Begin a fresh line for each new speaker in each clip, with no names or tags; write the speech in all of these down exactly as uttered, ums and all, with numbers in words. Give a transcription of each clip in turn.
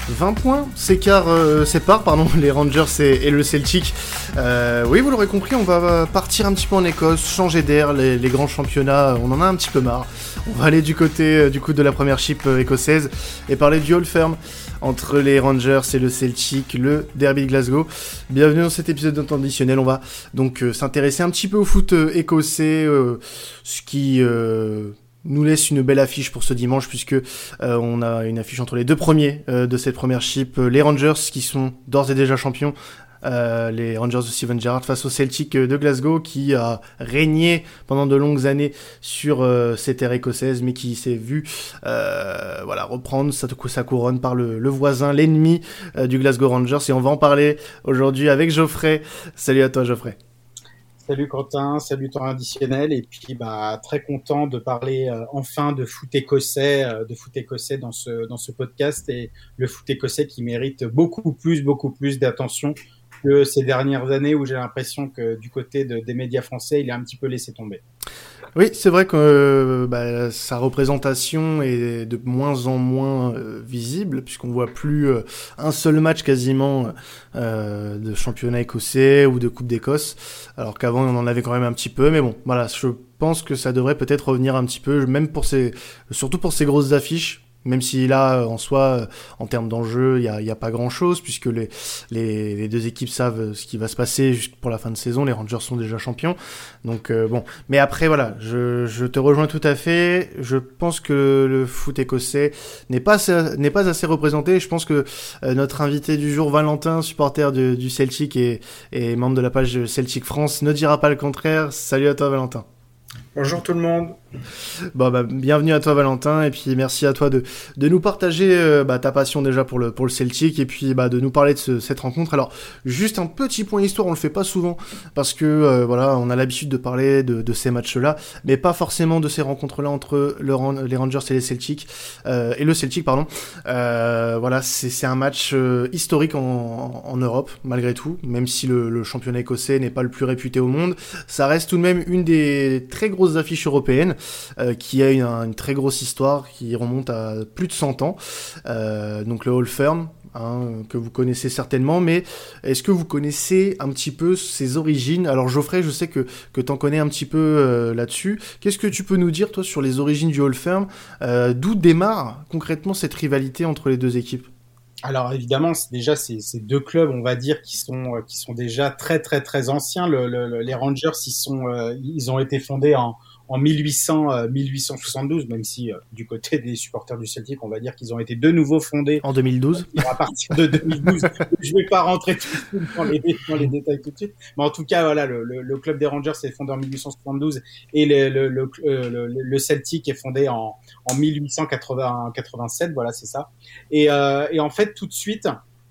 vingt points s'écart, euh, séparent pardon, les Rangers et, et le Celtic. Euh, oui, vous l'aurez compris, on va partir un petit peu en Écosse, changer d'air, les, les grands championnats, on en a un petit peu marre. On va aller du côté euh, du coup de la première chip euh, écossaise et parler du Old Firm entre les Rangers et le Celtic, le derby de Glasgow. Bienvenue dans cet épisode d'un temps additionnel. On va donc euh, s'intéresser un petit peu au foot euh, écossais, euh, ce qui... Euh, nous laisse une belle affiche pour ce dimanche puisque euh, on a une affiche entre les deux premiers euh, de cette première chip, euh, les Rangers qui sont d'ores et déjà champions, euh, les Rangers de Steven Gerrard face au Celtic de Glasgow qui a régné pendant de longues années sur euh, ces terres écossaises mais qui s'est vu euh, voilà reprendre sa, sa couronne par le, le voisin, l'ennemi euh, du Glasgow Rangers, et on va en parler aujourd'hui avec Geoffrey. Salut à toi Geoffrey.
Salut Quentin, salut temps additionnel, et puis bah très content de parler euh, enfin de foot écossais, euh, de foot écossais dans ce dans ce podcast, et le foot écossais qui mérite beaucoup plus, beaucoup plus d'attention que ces dernières années où j'ai l'impression que du côté de, des médias français, il est un petit peu laissé tomber.
Oui, c'est vrai que euh, bah, sa représentation est de moins en moins euh, visible, puisqu'on voit plus euh, un seul match quasiment euh, de championnat écossais ou de Coupe d'Écosse, alors qu'avant on en avait quand même un petit peu, mais bon, voilà, je pense que ça devrait peut-être revenir un petit peu, même pour ces, surtout pour ces grosses affiches. Même si là, en soi, en termes d'enjeu, il y a, y a pas grand-chose, puisque les, les, les deux équipes savent ce qui va se passer pour la fin de saison. Les Rangers sont déjà champions. Donc euh, bon, mais après, voilà, je, je te rejoins tout à fait. Je pense que le foot écossais n'est pas, n'est pas assez représenté. Je pense que euh, notre invité du jour, Valentin, supporter de, du Celtic et, et membre de la page Celtic France, ne dira pas le contraire. Salut à toi, Valentin.
Bonjour tout le monde.
Bon, bah, bienvenue à toi Valentin, et puis merci à toi de, de nous partager euh, bah, ta passion déjà pour le, pour le Celtic, et puis bah, de nous parler de ce, cette rencontre. Alors juste un petit point histoire, on le fait pas souvent parce que euh, voilà, on a l'habitude de parler de, de ces matchs-là, mais pas forcément de ces rencontres-là entre le, les Rangers et les Celtic euh, et le Celtic pardon. Euh, voilà, c'est, c'est un match euh, historique en, en Europe malgré tout, même si le, le championnat écossais n'est pas le plus réputé au monde, ça reste tout de même une des très grosses affiches européennes. Euh, qui a une, une très grosse histoire qui remonte à plus de cent ans, euh, donc le Old Firm, hein, que vous connaissez certainement, mais est-ce que vous connaissez un petit peu ses origines? Alors Geoffrey, je sais que, que t'en connais un petit peu euh, là-dessus. Qu'est-ce que tu peux nous dire toi sur les origines du Old Firm? euh, D'où démarre concrètement cette rivalité entre les deux équipes?
Alors évidemment, c'est déjà ces, ces deux clubs, on va dire, qui sont qui sont déjà très très très anciens. Le, le, les Rangers, ils sont euh, ils ont été fondés en en mille huit cents, euh, mille huit cent soixante-douze, même si euh, du côté des supporters du Celtic, on va dire qu'ils ont été de nouveau fondés
en deux mille douze.
À partir de deux mille douze, je vais pas rentrer tout de suite dans les, dans les détails tout de suite, mais en tout cas, voilà, le, le, le club des Rangers est fondé en mille huit cent soixante-douze et le, le, le, le, le Celtic est fondé en, en mille huit cent quatre-vingt-sept, voilà, c'est ça. Et, euh, et en fait, tout de suite,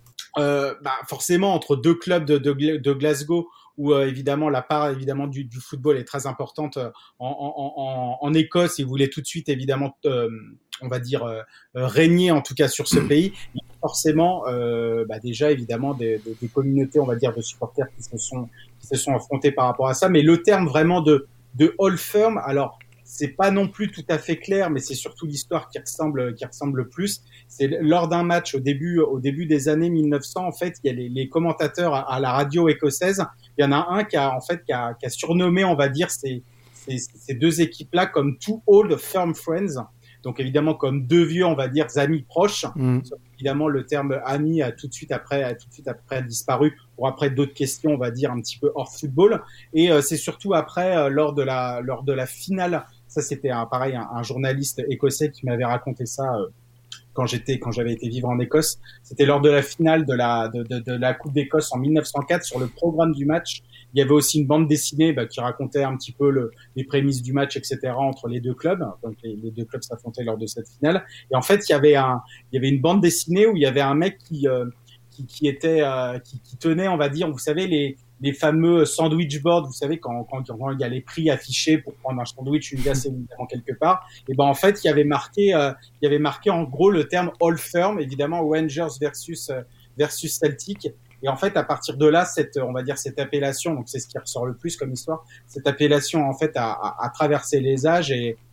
euh, bah, forcément, entre deux clubs de, de, de Glasgow, où euh, évidemment la part évidemment du, du football est très importante euh, en, en, en, en Écosse, ils voulaient tout de suite évidemment, euh, on va dire, euh, régner en tout cas sur ce pays. Et forcément, euh, bah, déjà évidemment des, des, des communautés, on va dire, de supporters qui se sont qui se sont affrontés par rapport à ça. Mais le terme vraiment de de Old Firm, alors c'est pas non plus tout à fait clair, mais c'est surtout l'histoire qui ressemble, qui ressemble le plus. C'est lors d'un match au début, au début des années mille neuf cents, en fait, il y a les, les commentateurs à, à la radio écossaise. Il y en a un qui a, en fait, qui a, qui a surnommé, on va dire, ces, ces, ces deux équipes-là comme Two Old Firm Friends. Donc, évidemment, comme deux vieux, on va dire, amis proches. Mmh. Évidemment, le terme ami a tout de suite après, a tout de suite après disparu pour après d'autres questions, on va dire, un petit peu hors football. Et euh, c'est surtout après, euh, lors de la, lors de la finale. Ça, c'était un, pareil, un, un journaliste écossais qui m'avait raconté ça euh, quand j'étais, quand j'avais été vivre en Écosse. C'était lors de la finale de la, de, de, de la Coupe d'Écosse en mille neuf cent quatre. Sur le programme du match, il y avait aussi une bande dessinée bah, qui racontait un petit peu le, les prémices du match, et cetera entre les deux clubs. Donc les, les deux clubs s'affrontaient lors de cette finale. Et en fait, il y avait un, il y avait une bande dessinée où il y avait un mec qui, euh, qui, qui était, euh, qui, qui tenait, on va dire, vous savez les les fameux sandwich boards, vous savez, quand, quand, quand il y a les prix affichés pour prendre un sandwich, une glace évidemment quelque part, et ben en fait, il y avait marqué, euh, il y avait marqué en gros le terme Old Firm, évidemment Rangers versus euh, versus Celtic. Et en fait, à partir de là, cette, on va dire cette appellation, donc c'est ce qui ressort le plus comme histoire, cette appellation en fait a, a, a traversé les âges et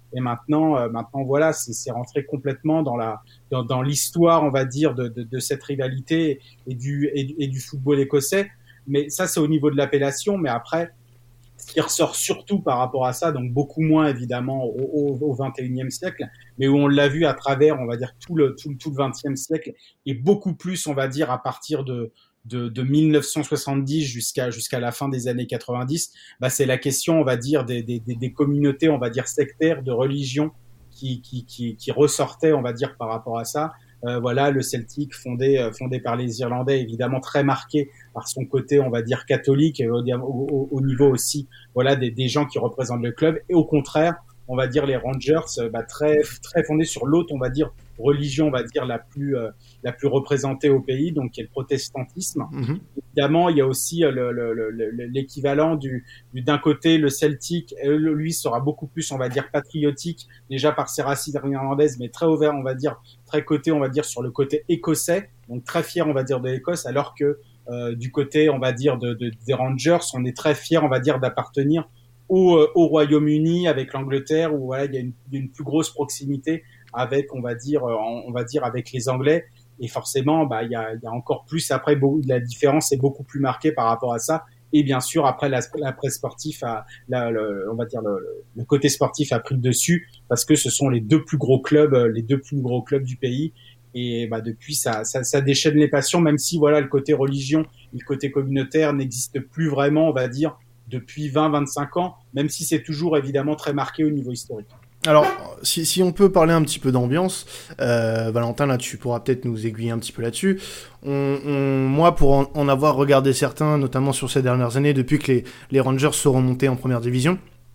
Et maintenant, euh, maintenant voilà, c'est, c'est rentré complètement dans la dans, dans l'histoire, on va dire, de, de, de cette rivalité et du, et du et du football écossais. Mais ça, c'est au niveau de l'appellation. Mais après, ce qui ressort surtout par rapport à ça, donc beaucoup moins évidemment au, au, au vingt et unième siècle, mais où on l'a vu à travers, on va dire, tout le, tout, tout le vingtième siècle, et beaucoup plus, on va dire, à partir de, de, de mille neuf cent soixante-dix jusqu'à, jusqu'à la fin des années quatre-vingt-dix, bah, c'est la question, on va dire, des, des, des communautés, on va dire, sectaires, de religion qui, qui, qui, qui ressortaient, on va dire, par rapport à ça. Euh, voilà, le Celtic fondé euh, fondé par les Irlandais, évidemment très marqué par son côté, on va dire catholique, et au, au, au niveau aussi, voilà, des, des gens qui représentent le club. Et au contraire, on va dire les Rangers, euh, bah, très très fondés sur l'autre, on va dire religion, on va dire la plus euh, la plus représentée au pays, donc qui est le protestantisme. Mm-hmm. Évidemment, il y a aussi euh, le, le, le, l'équivalent du, du d'un côté le Celtic, lui sera beaucoup plus, on va dire, patriotique déjà par ses racines irlandaises, mais très ouvert, on va dire, très coté, on va dire, sur le côté écossais, donc très fier, on va dire, de l'Écosse, alors que euh, du côté, on va dire, de, de, des Rangers, on est très fier, on va dire, d'appartenir au, euh, au Royaume-Uni avec l'Angleterre, où voilà, il y a une, une plus grosse proximité avec, on va dire, euh, on va dire, avec les Anglais. Et forcément, bah, il y a, il y a encore plus, après, beaucoup, la différence est beaucoup plus marquée par rapport à ça. Et bien sûr, après, la, la presse sportive, a, la, le, on va dire le, le côté sportif a pris le dessus parce que ce sont les deux plus gros clubs, les deux plus gros clubs du pays. Et bah depuis, ça, ça, ça déchaîne les passions, même si voilà le côté religion, le côté communautaire n'existe plus vraiment, on va dire, depuis vingt à vingt-cinq ans, même si c'est toujours évidemment très marqué au niveau historique.
Alors, si, si on peut parler un petit peu d'ambiance, euh, Valentin, là, tu pourras peut-être nous aiguiller un petit peu là-dessus. On, on, moi, pour en, en avoir regardé certains, notamment sur ces dernières années, depuis que les, les Rangers seront montés en première division,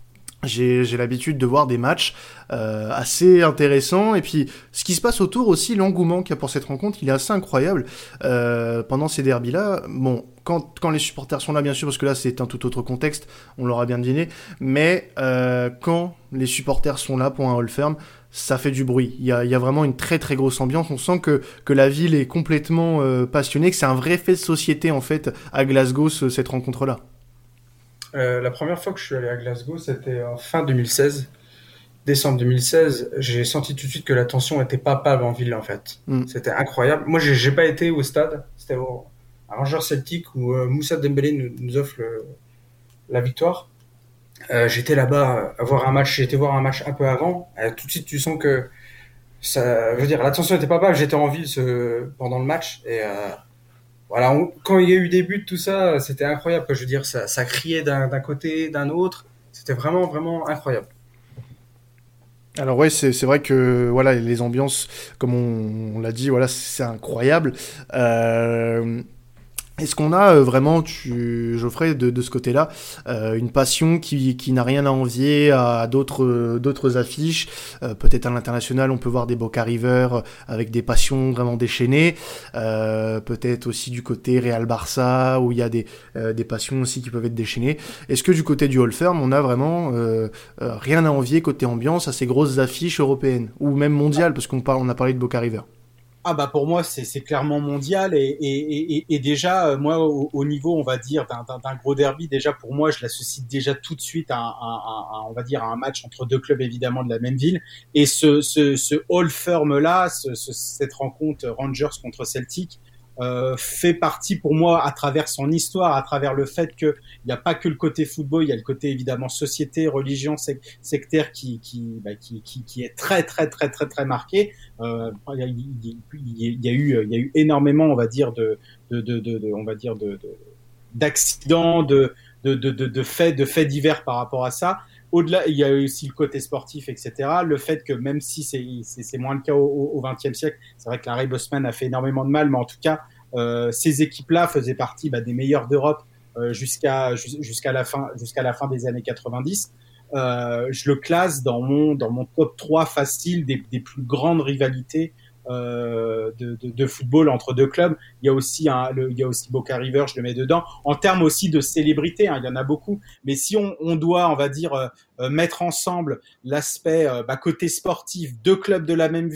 j'ai, j'ai l'habitude de voir des matchs euh, assez intéressants. Et puis, ce qui se passe autour aussi, l'engouement qu'il y a pour cette rencontre, il est assez incroyable. Euh, pendant ces derbys-là, bon... Quand, quand les supporters sont là, bien sûr, parce que là, c'est un tout autre contexte, on l'aura bien deviné, mais euh, quand les supporters sont là pour un hall ferme, ça fait du bruit. Il y a, il y a vraiment une très très grosse ambiance. On sent que, que la ville est complètement euh, passionnée, que c'est un vrai fait de société, en fait, à Glasgow, ce, cette rencontre-là.
Euh, la première fois que je suis allé à Glasgow, c'était en fin deux mille seize. Décembre deux mille seize, j'ai senti tout de suite que la tension était palpable en ville, en fait. Mm. C'était incroyable. Moi, j'ai, j'ai pas été au stade. C'était au... à Rangers Celtic où euh, Moussa Dembélé nous, nous offre le, la victoire. Euh, j'étais là-bas à voir un match, j'ai été voir un match un peu avant. Euh, tout de suite, tu sens que ça, je veux dire, la tension était pas mal. J'étais en ville ce, pendant le match et euh, voilà. On, quand il y a eu des buts, tout ça, c'était incroyable. Je veux dire, ça, ça criait d'un, d'un côté, d'un autre. C'était vraiment, vraiment incroyable.
Alors ouais, c'est c'est vrai que voilà, les ambiances, comme on, on l'a dit, voilà, c'est incroyable. Euh, Est-ce qu'on a euh, vraiment, tu, Geoffrey, de, de ce côté-là, euh, une passion qui, qui n'a rien à envier à d'autres, euh, d'autres affiches euh, peut-être à l'international, on peut voir des Boca River avec des passions vraiment déchaînées. Euh, peut-être aussi du côté Real Barça, où il y a des, euh, des passions aussi qui peuvent être déchaînées. Est-ce que du côté du Hall Firm, on a vraiment euh, euh, rien à envier côté ambiance à ces grosses affiches européennes, ou même mondiales, parce qu'on parle, on a parlé de Boca River?
Ah bah pour moi c'est c'est clairement mondial et et et, et déjà euh, moi au, au niveau on va dire d'un, d'un d'un gros derby, déjà pour moi je l'associe déjà tout de suite à un, à un, on va dire à un match entre deux clubs évidemment de la même ville, et ce ce ce Hall Firm là, ce, ce, cette rencontre Rangers contre Celtic euh, fait partie pour moi à travers son histoire, à travers le fait que il n'y a pas que le côté football, il y a le côté évidemment société, religion, sec- sectaire qui qui, bah, qui qui qui est très très très très très marqué. Euh, il, y a, il, il y a eu il y a eu énormément, on va dire, de de de, de, de on va dire de, de d'accidents, de de de de, de faits de faits divers par rapport à ça. Au-delà, il y a aussi le côté sportif, et cetera. Le fait que même si c'est, c'est, c'est moins le cas au vingtième siècle, c'est vrai que Larry Bosman a fait énormément de mal, mais en tout cas, euh, ces équipes-là faisaient partie bah, des meilleures d'Europe euh, jusqu'à jusqu'à la fin jusqu'à la fin des années quatre-vingt-dix. Euh, je le classe dans mon dans mon top trois facile des, des plus grandes rivalités euh, de, de, de football entre deux clubs. Il y a aussi un, le, il y a aussi Boca River, je le mets dedans. En termes aussi de célébrité, hein, il y en a beaucoup. Mais si on, on doit, on va dire, euh, mettre ensemble l'aspect euh, bah, côté sportif, deux clubs de la même ville,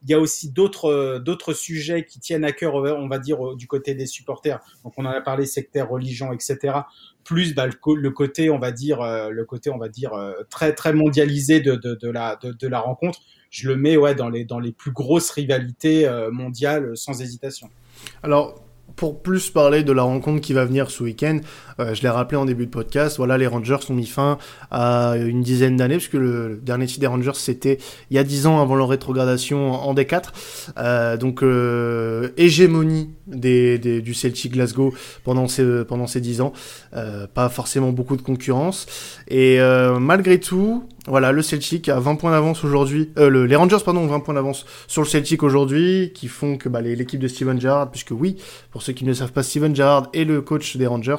il y a aussi d'autres euh, d'autres sujets qui tiennent à cœur, on va dire, du côté des supporters. Donc on en a parlé, sectaire, religion, et cetera. Plus bah, le, le côté, on va dire, euh, le côté, on va dire, euh, très très mondialisé de de, de la de, de la rencontre. Je le mets ouais dans les dans les plus grosses rivalités euh, mondiales sans hésitation.
Alors, pour plus parler de la rencontre qui va venir ce week-end, euh, je l'ai rappelé en début de podcast, voilà, les Rangers ont mis fin à une dizaine d'années, puisque le, le dernier titre des Rangers, c'était il y a dix ans avant leur rétrogradation en, en D quatre. Euh, donc, euh, hégémonie des, des, du Celtic Glasgow pendant ces, pendant ces dix ans. Euh, pas forcément beaucoup de concurrence. Et euh, malgré tout, voilà, le Celtic a vingt points d'avance aujourd'hui. Euh, le, les Rangers, pardon, ont vingt points d'avance sur le Celtic aujourd'hui, qui font que bah, les, l'équipe de Steven Gerrard, puisque oui, pour ceux qui ne le savent pas, Steven Gerrard est le coach des Rangers.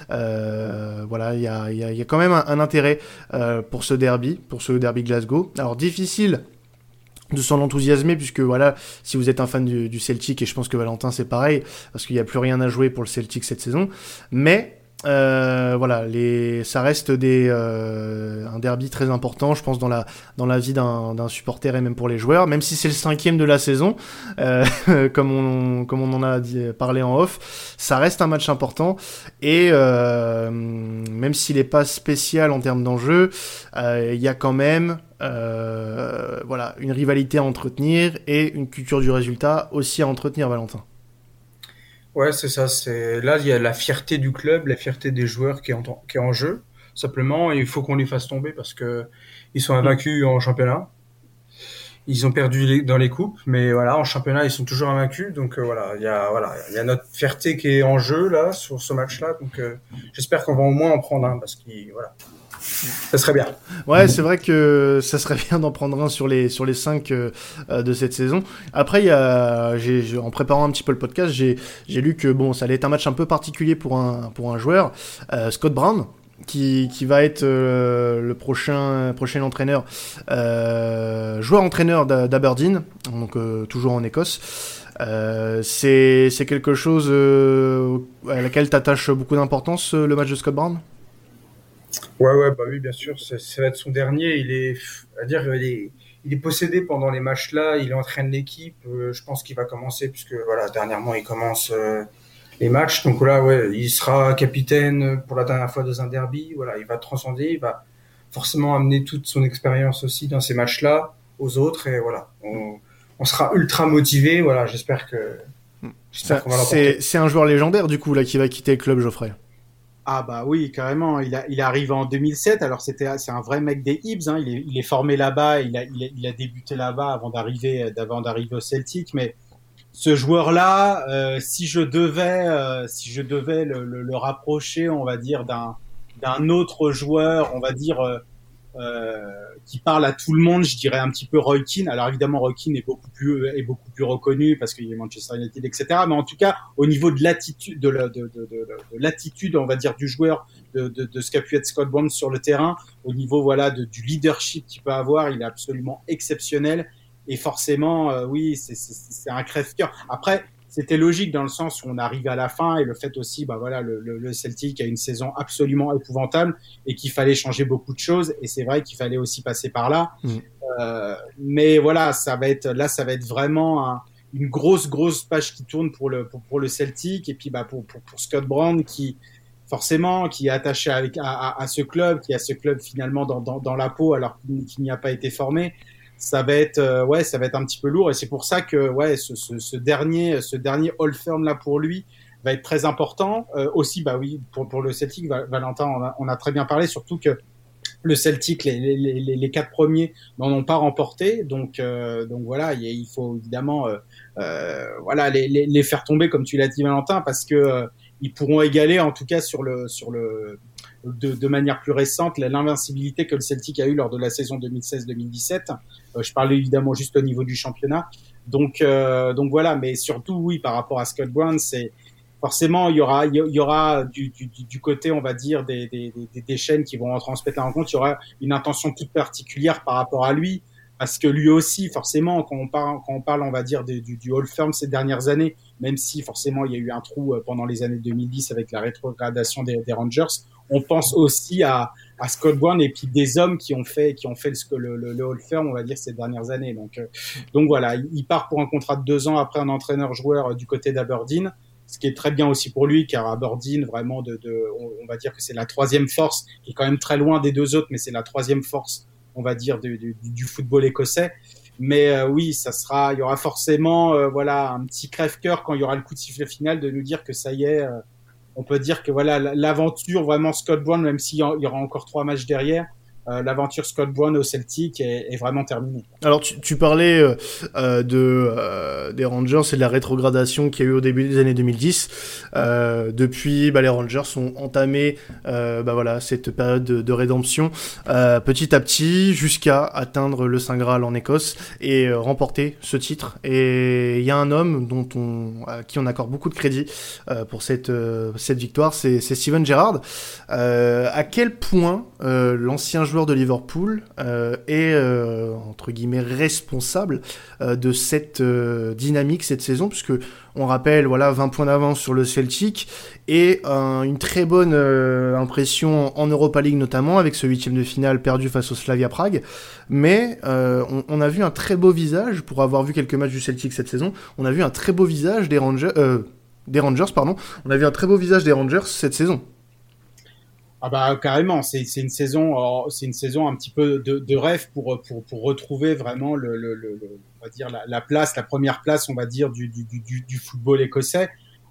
Euh, voilà, il y a, y, a, y a quand même un, un intérêt euh, pour ce derby, pour ce derby Glasgow. Alors difficile de s'en enthousiasmer, puisque voilà, si vous êtes un fan du, du Celtic, et je pense que Valentin c'est pareil, parce qu'il n'y a plus rien à jouer pour le Celtic cette saison, mais Euh, voilà, les, ça reste des, euh, un derby très important, je pense, dans la, dans la vie d'un, d'un supporter et même pour les joueurs, même si c'est le cinquième de la saison, euh, comme on, comme on en a dit, parlé en off, ça reste un match important et euh, même s'il n'est pas spécial en termes d'enjeu, il euh, y a quand même euh, voilà, une rivalité à entretenir et une culture du résultat aussi à entretenir, Valentin.
Ouais, c'est ça. C'est là, il y a la fierté du club, la fierté des joueurs qui est en, qui est en jeu. Simplement, il faut qu'on les fasse tomber parce que ils sont invaincus en championnat. Ils ont perdu les, dans les coupes, mais voilà, en championnat, ils sont toujours invaincus. Donc euh, voilà, il y a voilà, il y a notre fierté qui est en jeu là sur ce match-là. Donc euh, j'espère qu'on va au moins en prendre un parce que voilà. Ça serait bien.
Ouais, c'est vrai que ça serait bien d'en prendre un sur les sur les cinq euh, de cette saison. Après, il y a, j'ai, j'ai, en préparant un petit peu le podcast, j'ai j'ai lu que bon, ça allait être un match un peu particulier pour un pour un joueur, euh, Scott Brown, qui qui va être euh, le prochain prochain entraîneur, euh, joueur entraîneur d'Aberdeen, donc euh, toujours en Écosse. Euh, c'est c'est quelque chose euh, à laquelle t'attaches beaucoup d'importance, le match de Scott Brown.
Ouais, ouais, bah oui, bien sûr, ça, ça va être son dernier. Il est, à dire, il est, il est possédé pendant les matchs-là. Il entraîne l'équipe. Euh, je pense qu'il va commencer puisque voilà, dernièrement, il commence euh, les matchs. Donc là, ouais, il sera capitaine pour la dernière fois dans un derby. Voilà, il va transcender. Il va forcément amener toute son expérience aussi dans ces matchs-là aux autres. Et voilà, on, on sera ultra motivé. Voilà, j'espère que.
J'espère qu'on va c'est, c'est un joueur légendaire du coup là qui va quitter le club, Geoffrey.
Ah bah oui, carrément. Il a, il est arrivé en deux mille sept. Alors c'était, c'est un vrai mec des Hibs. Hein. Il est, il est formé là-bas. Il a, il a, il a débuté là-bas avant d'arriver, avant d'arriver au Celtic. Mais ce joueur-là, euh, si je devais, euh, si je devais le, le, le rapprocher, on va dire d'un, d'un autre joueur, on va dire euh, euh, qui parle à tout le monde, je dirais un petit peu Roy Keane. Alors évidemment, Roy Keane est beaucoup plus est beaucoup plus reconnu parce qu'il est Manchester United, et cetera. Mais en tout cas, au niveau de l'attitude, de, la, de, de, de, de l'attitude, on va dire du joueur, de, de, de ce qu'a pu être Scott Brown sur le terrain, au niveau voilà de, du leadership qu'il peut avoir, il est absolument exceptionnel. Et forcément, euh, oui, c'est, c'est, c'est un crève-cœur. Après, c'était logique dans le sens où on arrive à la fin et le fait aussi, bah voilà, le, le, le Celtic a une saison absolument épouvantable et qu'il fallait changer beaucoup de choses. Et c'est vrai qu'il fallait aussi passer par là. Mmh. Euh, mais voilà, ça va être là, ça va être vraiment un, une grosse, grosse page qui tourne pour le pour, pour le Celtic et puis bah pour pour, pour Scott Brown qui forcément qui est attaché avec à, à, à ce club, qui a ce club finalement dans dans, dans la peau alors qu'il, qu'il n'y a pas été formé. Ça va être euh, ouais ça va être un petit peu lourd et c'est pour ça que ouais ce, ce, ce dernier ce dernier Old Firm là pour lui va être très important euh, aussi bah oui pour pour le Celtic. Valentin on a, on a très bien parlé, surtout que le Celtic les les les, les quatre premiers n'en ont pas remporté, donc euh, donc voilà il, il faut évidemment euh, euh, voilà les, les les faire tomber comme tu l'as dit Valentin, parce que euh, ils pourront égaler en tout cas sur le sur le De, de manière plus récente, l'invincibilité que le Celtic a eu lors de la saison deux mille seize deux mille dix-sept. Euh, je parlais évidemment juste au niveau du championnat. Donc, euh, donc voilà, mais surtout, oui, par rapport à Scott Brown, c'est forcément, il y aura, il y aura du, du, du côté, on va dire, des, des, des, des chaînes qui vont transmettre la rencontre, il y aura une intention toute particulière par rapport à lui, parce que lui aussi, forcément, quand on parle, quand on parle, on va dire, du, du, du Old Firm ces dernières années, même si forcément il y a eu un trou pendant les années deux mille dix avec la rétrogradation des, des Rangers, on pense aussi à, à Scott Brown et puis des hommes qui ont fait qui ont fait le le, le, le Hall Firm, on va dire, ces dernières années. Donc euh, donc voilà, il part pour un contrat de deux ans après un entraîneur-joueur euh, du côté d'Aberdeen, ce qui est très bien aussi pour lui, car Aberdeen, vraiment, de, de on, on va dire que c'est la troisième force, qui est quand même très loin des deux autres, mais c'est la troisième force, on va dire, du, du, du football écossais. Mais euh, oui, ça sera, il y aura forcément, euh, voilà, un petit crève-cœur quand il y aura le coup de sifflet final de nous dire que ça y est, euh, on peut dire que voilà, l'aventure vraiment Scott Brown, même s'il y aura encore trois matchs derrière, euh, l'aventure Scott Brown au Celtic est, est vraiment terminée.
Alors tu, tu parlais euh, de euh, des Rangers et de la rétrogradation qu'il y a eu au début des années deux mille dix. Euh, depuis, bah, les Rangers ont entamé euh, bah, voilà, cette période de, de rédemption euh, petit à petit jusqu'à atteindre le Saint Graal en Écosse et euh, remporter ce titre. Et il y a un homme dont on, à qui on accorde beaucoup de crédit euh, pour cette, euh, cette victoire, c'est, c'est Steven Gerrard. Euh, à quel point euh, l'ancien joueur de Liverpool euh, est euh, entre guillemets responsable euh, de cette euh, dynamique cette saison, puisque on rappelle voilà vingt points d'avance sur le Celtic et euh, une très bonne euh, impression en Europa League notamment avec ce huitième de finale perdu face au Slavia Prague, mais euh, on, on a vu un très beau visage pour avoir vu quelques matchs du Celtic cette saison. On a vu un très beau visage des Rangers, euh, des Rangers pardon. On a vu un très beau visage des Rangers cette saison.
Ah bah carrément, c'est c'est une saison, alors, c'est une saison un petit peu de, de rêve pour pour pour retrouver vraiment le le, le, le on va dire la, la place, la première place, on va dire du du du, du football écossais.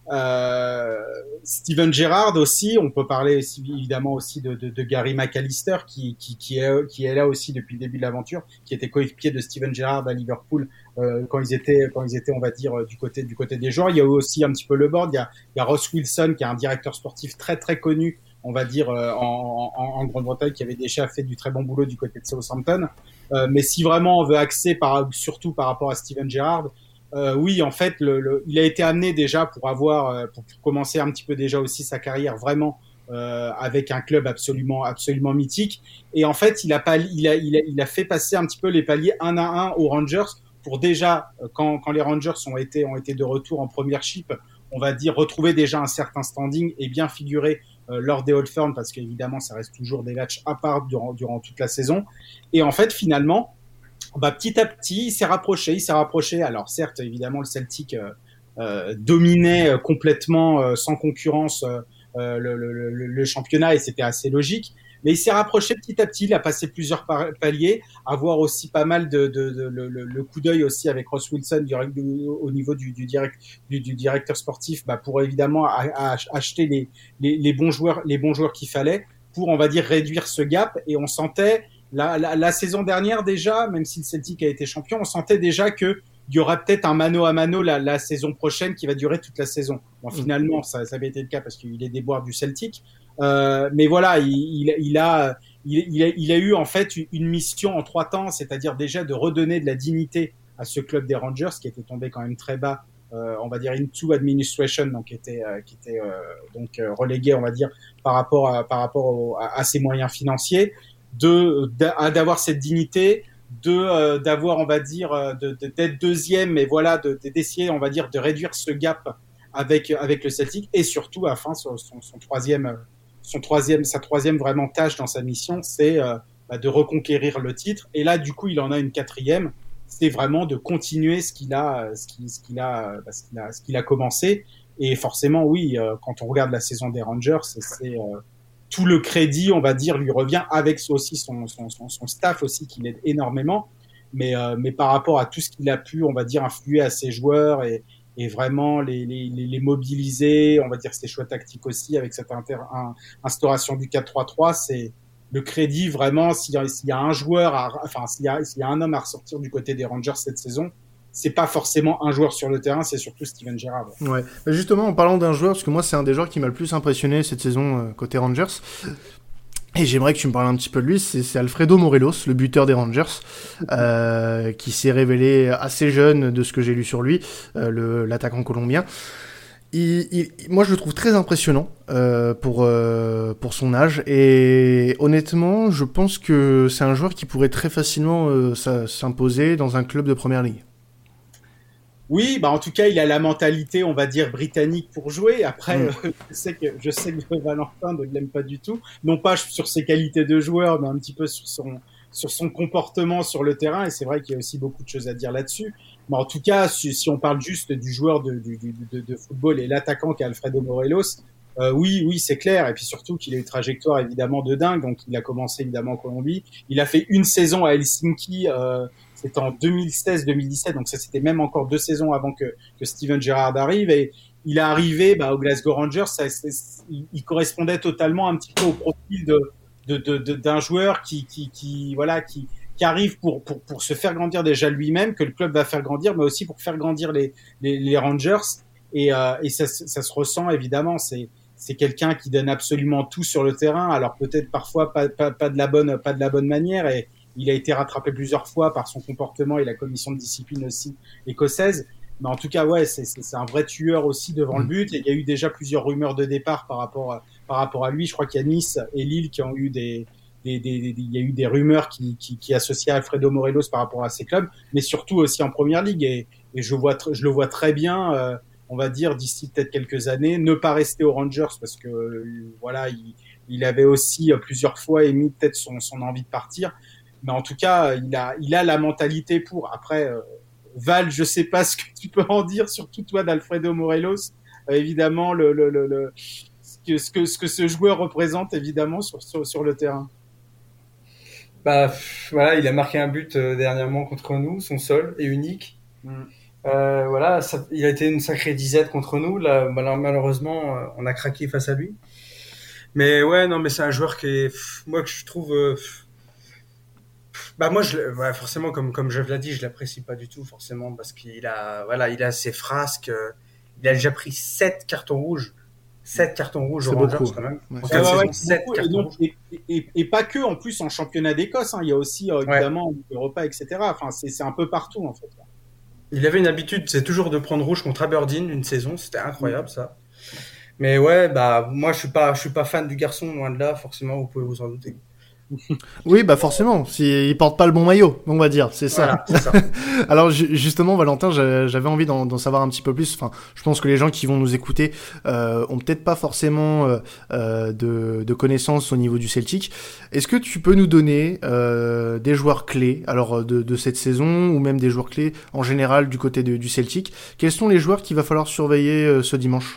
Euh, Steven Gerrard aussi, on peut parler aussi, évidemment aussi de, de, de Gary McAllister qui qui qui est qui est là aussi depuis le début de l'aventure, qui était coéquipier de Steven Gerrard à Liverpool euh, quand ils étaient quand ils étaient on va dire du côté du côté des joueurs. Il y a aussi un petit peu le board, il y a il y a Ross Wilson qui est un directeur sportif très très connu, on va dire, euh, en, en, en Grande-Bretagne, qui avait déjà fait du très bon boulot du côté de Southampton. Euh, mais si vraiment on veut axer par, surtout par rapport à Steven Gerrard, euh, oui, en fait, le, le, il a été amené déjà pour avoir, euh, pour, pour commencer un petit peu déjà aussi sa carrière vraiment euh, avec un club absolument, absolument mythique. Et en fait, il a pas, il a, il a, il a fait passer un petit peu les paliers un à un aux Rangers pour déjà, quand, quand les Rangers ont été, ont été de retour en Premiership, on va dire retrouver déjà un certain standing et bien figurer Euh, lors des Old Firm, parce qu'évidemment ça reste toujours des matchs à part durant, durant toute la saison. Et en fait finalement bah, petit à petit il s'est rapproché il s'est rapproché alors certes évidemment le Celtic euh, euh, dominait euh, complètement euh, sans concurrence euh, euh, le, le, le, le championnat, et c'était assez logique, mais il s'est rapproché petit à petit, il a passé plusieurs paliers, avoir aussi pas mal de, de, de, de le, le coup d'œil aussi avec Ross Wilson du, au niveau du, du, direct, du, du directeur sportif, bah pour évidemment à, à acheter les, les, les bons joueurs, les bons joueurs qu'il fallait pour, on va dire, réduire ce gap. Et on sentait la, la, la saison dernière déjà, même si le Celtic a été champion, on sentait déjà que il y aura peut-être un mano à mano la, la saison prochaine qui va durer toute la saison. Bon, finalement, ça, ça avait été le cas parce qu'il est des boires du Celtic. Euh, mais voilà, il, il, il a, il, il a, il a eu en fait une mission en trois temps, c'est-à-dire déjà de redonner de la dignité à ce club des Rangers qui était tombé quand même très bas, euh, on va dire into administration, donc qui était, euh, qui était euh, donc euh, relégué, on va dire, par rapport à, par rapport au, à, à ses moyens financiers, de d'avoir cette dignité, de euh, d'avoir, on va dire, de, de, d'être deuxième, mais voilà, de, d'essayer, on va dire, de réduire ce gap avec avec le Celtic, et surtout, à la fin, son, son, son troisième son troisième, sa troisième vraiment tâche dans sa mission, c'est euh, bah, de reconquérir le titre. Et là, du coup, il en a une quatrième. C'est vraiment de continuer ce qu'il a, ce qu'il, ce qu'il a, bah, ce qu'il a, ce qu'il a commencé. Et forcément, oui, euh, quand on regarde la saison des Rangers, c'est, c'est euh, tout le crédit, on va dire, lui revient avec aussi son, son, son, son staff aussi qui l'aide énormément. Mais, euh, mais par rapport à tout ce qu'il a pu, on va dire, influer à ses joueurs et et vraiment les, les, les mobiliser, on va dire ses choix tactiques aussi, avec cette inter, un, instauration du quatre trois trois, c'est le crédit vraiment, s'il y a, s'il y a un joueur, à, enfin s'il y, a, s'il y a un homme à ressortir du côté des Rangers cette saison, c'est pas forcément un joueur sur le terrain, c'est surtout Steven Gerrard.
Ouais, mais justement en parlant d'un joueur, parce que moi c'est un des joueurs qui m'a le plus impressionné cette saison euh, côté Rangers, et j'aimerais que tu me parles un petit peu de lui, c'est, c'est Alfredo Morelos, le buteur des Rangers, euh, qui s'est révélé assez jeune de ce que j'ai lu sur lui, euh, le, l'attaquant colombien. Il, il, moi, je le trouve très impressionnant euh, pour, euh, pour son âge, et honnêtement, je pense que c'est un joueur qui pourrait très facilement euh, s'imposer dans un club de première ligue.
Oui, bah en tout cas, il a la mentalité, on va dire, britannique pour jouer. Après, mmh. euh, je sais que je sais que Valentin ne l'aime pas du tout, non pas sur ses qualités de joueur, mais un petit peu sur son sur son comportement sur le terrain. Et c'est vrai qu'il y a aussi beaucoup de choses à dire là-dessus. Mais en tout cas, si, si on parle juste du joueur de, de, de, de football et l'attaquant qui est Alfredo Morelos, euh, oui, oui, c'est clair. Et puis surtout qu'il a une trajectoire évidemment de dingue. Donc il a commencé évidemment en Colombie. Il a fait une saison à Helsinki. Euh, C'était en deux mille seize deux mille dix-sept, donc ça c'était même encore deux saisons avant que, que Steven Gerrard arrive. Et il est arrivé bah, au Glasgow Rangers, ça, il, il correspondait totalement un petit peu au profil de, de, de, de, d'un joueur qui, qui, qui, voilà, qui, qui arrive pour, pour, pour se faire grandir déjà lui-même, que le club va faire grandir, mais aussi pour faire grandir les, les, les Rangers. Et, euh, et ça, ça se ressent évidemment. C'est, c'est quelqu'un qui donne absolument tout sur le terrain. Alors peut-être parfois pas, pas, pas de la bonne, pas de la bonne manière. Et il a été rattrapé plusieurs fois par son comportement et la commission de discipline aussi écossaise. Mais en tout cas, ouais, c'est, c'est, c'est un vrai tueur aussi devant mmh. le but. Et il y a eu déjà plusieurs rumeurs de départ par rapport à, par rapport à lui. Je crois qu'il y a Nice et Lille qui ont eu des, des, des, des il y a eu des rumeurs qui, qui, qui associaient Alfredo Morelos par rapport à ces clubs, mais surtout aussi en première ligue. Et, et je vois, je le vois très bien, euh, on va dire d'ici peut-être quelques années, ne pas rester aux Rangers parce que euh, voilà, il, il avait aussi plusieurs fois émis peut-être son, son envie de partir. Mais en tout cas, il a, il a la mentalité pour. Après, euh, Val, je sais pas ce que tu peux en dire, surtout toi d'Alfredo Morelos. Euh, évidemment, le, le, le, le, ce, que, ce, que, ce que ce joueur représente, évidemment, sur, sur, sur le terrain.
Bah, voilà, il a marqué un but euh, dernièrement contre nous, son seul et unique. Mm. Euh, voilà, ça, il a été une sacrée disette contre nous. Là, malheureusement, euh, on a craqué face à lui. Mais ouais, non, mais c'est un joueur qui est, moi, que je trouve. Euh, Bah moi, je, ouais, forcément, comme comme je l'ai dit, je l'apprécie pas du tout forcément parce qu'il a, voilà, il a ses frasques. Euh, il a déjà pris sept cartons rouges, sept cartons rouges
c'est
au Rangers
beaucoup.
quand même.
Ouais. Ouais, ouais, ouais, sept cartons et, donc, rouges. Et, et, et pas que en plus en championnat d'Écosse, hein, il y a aussi euh, évidemment ouais. l'Europa, et cetera. Enfin, c'est c'est un peu partout en fait.
Il avait une habitude, c'est toujours de prendre rouge contre Aberdeen une saison, c'était incroyable mmh. ça. Mais ouais, bah moi je suis pas, je suis pas fan du garçon, loin de là, forcément, vous pouvez vous en douter.
Oui, bah forcément, s'il porte pas le bon maillot, on va dire, c'est ça.
Voilà, c'est ça.
Alors justement, Valentin, j'avais envie d'en, d'en savoir un petit peu plus. Enfin, je pense que les gens qui vont nous écouter euh, ont peut-être pas forcément euh, de, de connaissances au niveau du Celtic. Est-ce que tu peux nous donner euh, des joueurs clés, alors de, de cette saison, ou même des joueurs clés en général du côté de, du Celtic? Quels sont les joueurs qu'il va falloir surveiller euh, ce dimanche?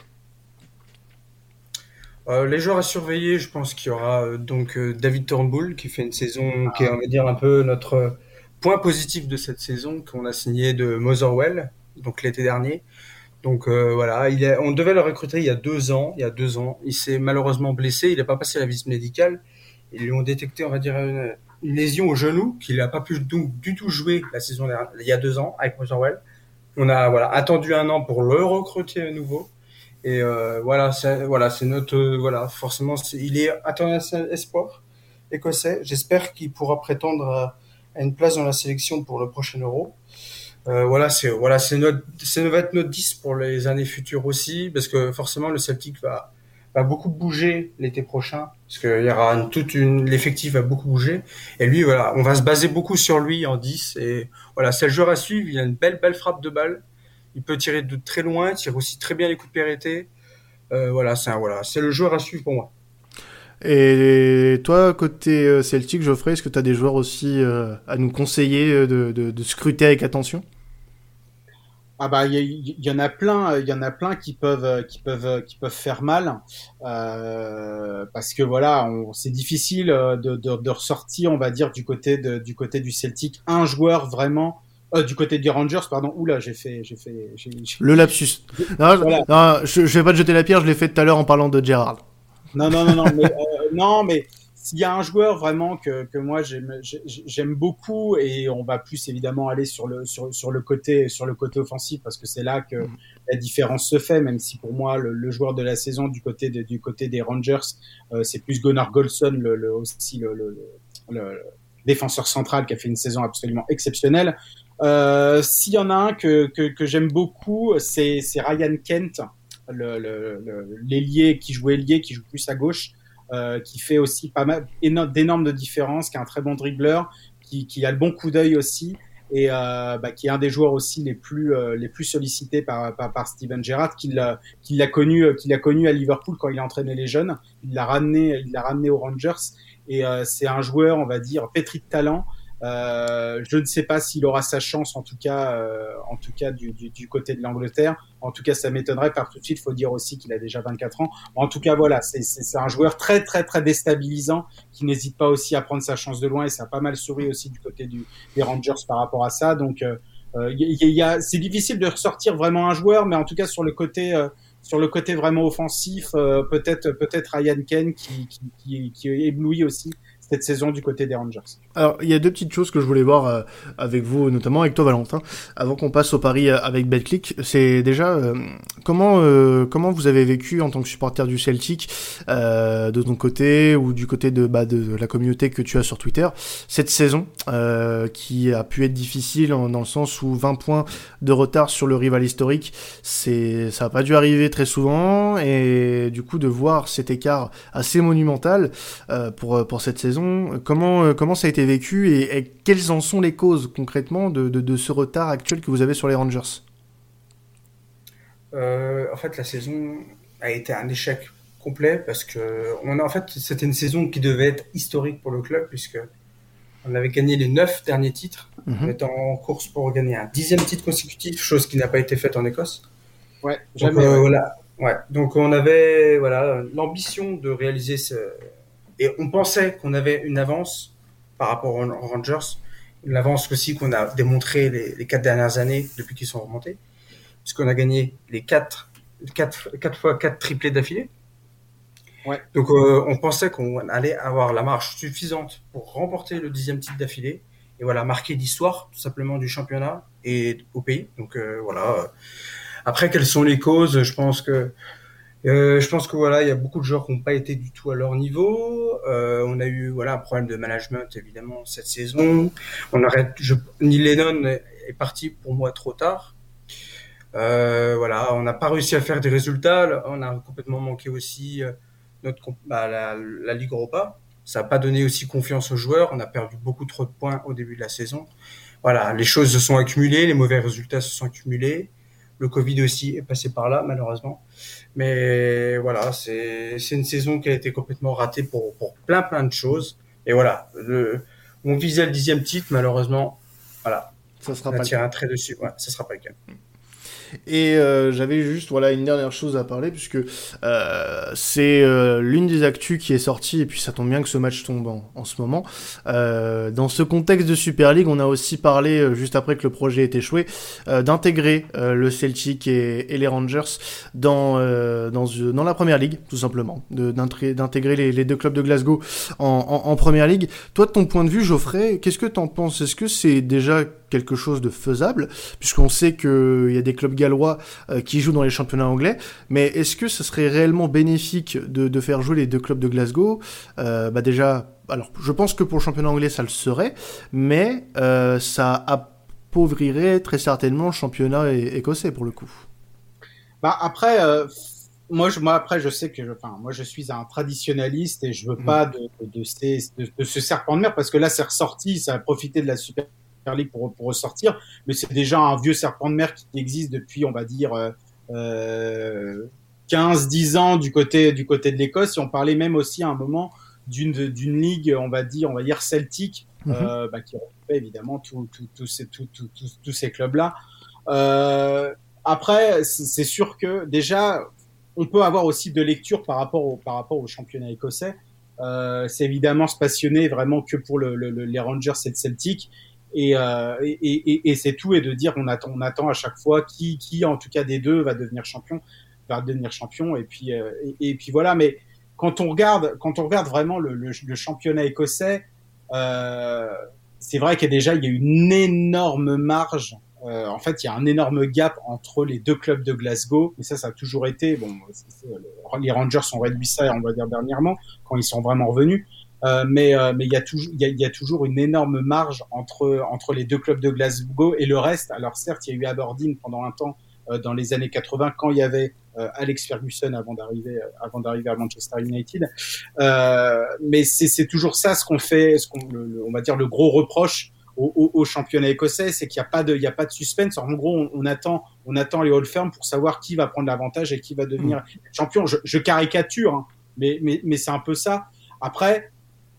Euh, les joueurs à surveiller, je pense qu'il y aura euh, donc euh, David Turnbull qui fait une saison ah. qui est, on va dire, un peu notre euh, point positif de cette saison qu'on a signé de Motherwell, donc l'été dernier. Donc euh, voilà, il est, on devait le recruter il y a deux ans. Il y a deux ans, il s'est malheureusement blessé. Il n'a pas passé la visite médicale. Ils lui ont détecté, on va dire, une, une lésion au genou qu'il n'a pas pu donc du tout jouer la saison dernière, il y a deux ans avec Motherwell. On a voilà attendu un an pour le recruter à nouveau. Et euh, voilà, c'est, voilà, c'est notre, euh, voilà, forcément, c'est, il est international espoir écossais. J'espère qu'il pourra prétendre à, à une place dans la sélection pour le prochain Euro. Euh, voilà, c'est, voilà, c'est notre, c'est va être notre dix pour les années futures aussi, parce que forcément le Celtic va, va beaucoup bouger l'été prochain, parce qu'il y aura une, toute une, l'effectif va beaucoup bouger. Et lui, voilà, on va se baser beaucoup sur lui en dix. Et voilà, c'est le joueur à suivre. Il a une belle, belle frappe de balle. Il peut tirer de très loin, il tire aussi très bien les coups de pied arrêtés. Euh, voilà, c'est un, voilà, c'est le joueur à suivre pour moi.
Et toi, côté Celtic, Geoffrey, est-ce que tu as des joueurs aussi euh, à nous conseiller de, de, de scruter avec attention?
Ah bah il y, y, y en a plein, il y en a plein qui peuvent qui peuvent qui peuvent faire mal euh, parce que voilà, on, c'est difficile de, de, de ressortir, on va dire du côté de, du côté du Celtic, un joueur vraiment. Euh, du côté des Rangers, pardon. Oula, j'ai fait, j'ai fait, j'ai, j'ai...
le lapsus. Non, voilà. non je, je vais pas te jeter la pierre. Je l'ai fait tout à l'heure en parlant de Gerrard.
Non, non, non, non, mais euh, non, mais s'il y a un joueur vraiment que que moi j'aime, j'aime beaucoup, et on va plus évidemment aller sur le sur sur le côté sur le côté offensif parce que c'est là que mmh. la différence se fait. Même si pour moi le, le joueur de la saison du côté de, du côté des Rangers, euh, c'est plus Gunnar Golson, le, le aussi le, le, le, le défenseur central qui a fait une saison absolument exceptionnelle. Euh, s'il y en a un que, que, que j'aime beaucoup, c'est, c'est Ryan Kent, le, le, le, l'ailier qui joue ailier, qui joue plus à gauche, euh, qui fait aussi pas mal, énorme, d'énormes de différences, qui est un très bon dribbleur, qui, qui a le bon coup d'œil aussi. et euh, bah, qui est un des joueurs aussi les plus euh, les plus sollicités par par, par Steven Gerrard, qui l'a qui l'a connu euh, qui l'a connu à Liverpool quand il a entraîné les jeunes. Il l'a ramené il l'a ramené aux Rangers, et euh, c'est un joueur, on va dire, pétri de talent. Euh, je ne sais pas s'il aura sa chance, en tout cas, euh, en tout cas du, du, du côté de l'Angleterre. En tout cas, ça m'étonnerait. Par tout de suite, il faut dire aussi qu'il a déjà vingt-quatre ans. En tout cas, voilà, c'est, c'est, c'est un joueur très, très, très déstabilisant, qui n'hésite pas aussi à prendre sa chance de loin, et ça a pas mal souri aussi du côté du, des Rangers par rapport à ça. Donc, euh, y, y, y a, c'est difficile de ressortir vraiment un joueur, mais en tout cas sur le côté, euh, sur le côté vraiment offensif, euh, peut-être, peut-être Ryan Kane qui, qui, qui, qui éblouit aussi cette saison du côté des Rangers.
Alors, il y a deux petites choses que je voulais voir euh, avec vous, notamment avec toi, Valentin, avant qu'on passe au pari euh, avec BetClick. C'est déjà euh, comment euh, comment vous avez vécu en tant que supporter du Celtic, euh, de ton côté ou du côté de bah, de la communauté que tu as sur Twitter, cette saison euh, qui a pu être difficile en, dans le sens où vingt points de retard sur le rival historique, c'est ça a pas dû arriver très souvent, et du coup de voir cet écart assez monumental euh, pour pour cette saison. Comment, comment ça a été vécu, et, et quelles en sont les causes concrètement de, de, de ce retard actuel que vous avez sur les Rangers?
euh, En fait, la saison a été un échec complet parce que on a, en fait, c'était une saison qui devait être historique pour le club, puisque on avait gagné les neuf derniers titres. Mm-hmm. On était en course pour gagner un dixième titre consécutif, chose qui n'a pas été faite en Écosse.
Ouais, jamais.
Donc, euh,
ouais.
Voilà, ouais. Donc on avait voilà l'ambition de réaliser ce. Et on pensait qu'on avait une avance par rapport aux Rangers, une avance aussi qu'on a démontré les, les quatre dernières années depuis qu'ils sont remontés, puisqu'on a gagné les quatre, quatre, quatre fois quatre triplés d'affilée.
Ouais.
Donc euh, on pensait qu'on allait avoir la marge suffisante pour remporter le dixième titre d'affilée, et voilà, marquer l'histoire tout simplement du championnat et au pays. Donc euh, voilà. Après, quelles sont les causes? Je pense que Euh, je pense que voilà, il y a beaucoup de joueurs qui n'ont pas été du tout à leur niveau. Euh, on a eu voilà un problème de management évidemment cette saison. On arrête. Je, Neil Lennon est parti pour moi trop tard. Euh, voilà, on n'a pas réussi à faire des résultats. On a complètement manqué aussi euh, notre bah, la, la Ligue Europa. Ça n'a pas donné aussi confiance aux joueurs. On a perdu beaucoup trop de points au début de la saison. Voilà, les choses se sont accumulées, les mauvais résultats se sont accumulés. Le Covid aussi est passé par là, malheureusement. Mais voilà, c'est, c'est une saison qui a été complètement ratée pour, pour plein, plein de choses. Et voilà, le, on visait le dixième titre, malheureusement. Voilà.
Ça sera
on a
pas
tiré un trait dessus. Ouais, ça sera pas le cas.
Et euh, j'avais juste voilà une dernière chose à parler, puisque euh, c'est euh, l'une des actus qui est sortie, et puis ça tombe bien que ce match tombe en, en ce moment. Euh, dans ce contexte de Super League, on a aussi parlé, euh, juste après que le projet ait échoué, euh, d'intégrer euh, le Celtic et, et les Rangers dans, euh, dans, dans la Première Ligue, tout simplement, de, d'intégrer les, les deux clubs de Glasgow en, en, en Première Ligue. Toi, de ton point de vue, Geoffrey, qu'est-ce que t'en penses? Est-ce que c'est déjà quelque chose de faisable, puisqu'on sait qu'il y a des clubs gallois euh, qui jouent dans les championnats anglais, mais est-ce que ce serait réellement bénéfique de, de faire jouer les deux clubs de Glasgow? euh, bah déjà, alors je pense que pour le championnat anglais ça le serait, mais euh, ça appauvrirait très certainement le championnat é- écossais pour le coup.
Bah après, euh, moi, je, moi après je sais que, je, enfin moi je suis un traditionnaliste et je veux mmh. pas de, de, de, ces, de, de ce serpent de mer, parce que là c'est ressorti, ça a profité de la Super League pour, pour ressortir, mais c'est déjà un vieux serpent de mer qui existe depuis, on va dire, euh, quinze dix ans du côté, du côté de l'Écosse. Et on parlait même aussi à un moment d'une, d'une ligue, on va dire, on va dire celtique, mm-hmm. euh, bah, qui regroupait évidemment tous tout, tout ces, tout, tout, tout, tous ces clubs-là. Euh, après, c'est sûr que déjà, on peut avoir aussi deux lectures par rapport au, par rapport au championnat écossais. Euh, c'est évidemment se passionner vraiment que pour le, le, les Rangers et le Celtic. Et, euh, et, et, et c'est tout, et de dire on attend, on attend à chaque fois qui, qui en tout cas des deux va devenir champion, va devenir champion, et puis euh, et, et puis voilà. Mais quand on regarde, quand on regarde vraiment le, le, le championnat écossais, euh, c'est vrai qu'il y a déjà il y a une énorme marge. Euh, en fait, il y a un énorme gap entre les deux clubs de Glasgow, et ça, ça a toujours été bon. C'est, c'est, les Rangers ont réduit ça, on va dire dernièrement, quand ils sont vraiment revenus. Euh, mais euh, mais il y a toujours il y a, il y a toujours une énorme marge entre entre les deux clubs de Glasgow et le reste. Alors certes, il y a eu Aberdeen pendant un temps euh, dans les années quatre-vingts, quand il y avait euh, Alex Ferguson avant d'arriver euh, avant d'arriver à Manchester United. Euh, mais c'est c'est toujours ça ce qu'on fait, ce qu'on le, le, on va dire le gros reproche au, au, au championnat écossais, c'est qu'il y a pas de, il y a pas de suspense. En gros, on, on attend, on attend les Old Firm pour savoir qui va prendre l'avantage et qui va devenir mmh. champion. Je, je caricature, hein, mais, mais, mais c'est un peu ça. Après,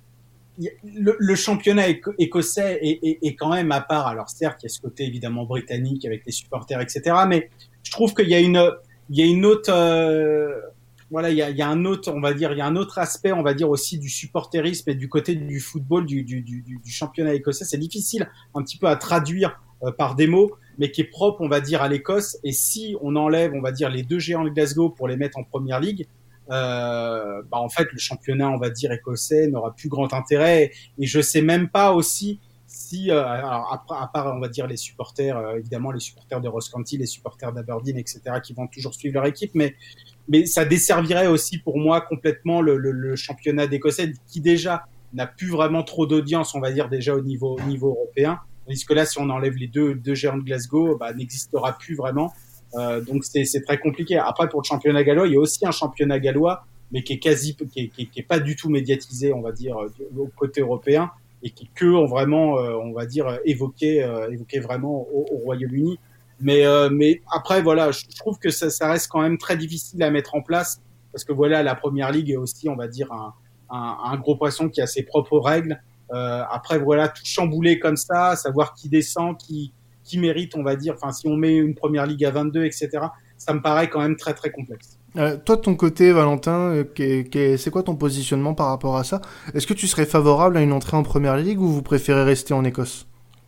le, le championnat écossais est, est, est quand même à part. Alors certes, il y a ce côté évidemment britannique avec les supporters, et cetera. Mais je trouve qu'il y a une, il y a une autre, euh, voilà, il y a, il y a un autre, on va dire, il y a un autre aspect, on va dire aussi du supporterisme et du côté du football du, du, du, du championnat écossais. C'est difficile un petit peu à traduire euh, par des mots, mais qui est propre, on va dire, à l'Écosse. Et si on enlève, on va dire, les deux géants de Glasgow pour les mettre en première ligue, Euh, bah en fait le championnat on va dire écossais n'aura plus grand intérêt et je sais même pas aussi si euh, alors après, à part on va dire les supporters euh, évidemment les supporters de Ross County, les supporters d'Aberdeen, etc., qui vont toujours suivre leur équipe, mais mais ça desservirait aussi pour moi complètement le, le, le championnat d'Écossais qui déjà n'a plus vraiment trop d'audience, on va dire déjà au niveau au niveau européen, tandis que là si on enlève les deux deux géants de Glasgow, bah n'existera plus vraiment. Euh, donc c'est, c'est très compliqué. Après pour le championnat gallois, il y a aussi un championnat gallois, mais qui est quasi, qui est, qui est, qui est pas du tout médiatisé, on va dire, au côté européen, et qui que ont vraiment, euh, on va dire, évoqué, euh, évoqué vraiment au, au Royaume-Uni. Mais euh, mais après voilà, je, je trouve que ça, ça reste quand même très difficile à mettre en place parce que voilà, la Première Ligue est aussi, on va dire, un, un, un gros poisson qui a ses propres règles. Euh, après voilà, tout chambouler comme ça, savoir qui descend, qui qui mérite, on va dire, enfin, si on met une première ligue à vingt-deux, et cetera, ça me paraît quand même très, très complexe.
Euh, toi, de ton côté, Valentin, euh, qu'est, qu'est, c'est quoi ton positionnement par rapport à ça ? Est-ce que tu serais favorable à une entrée en première ligue ou vous préférez rester en Écosse ?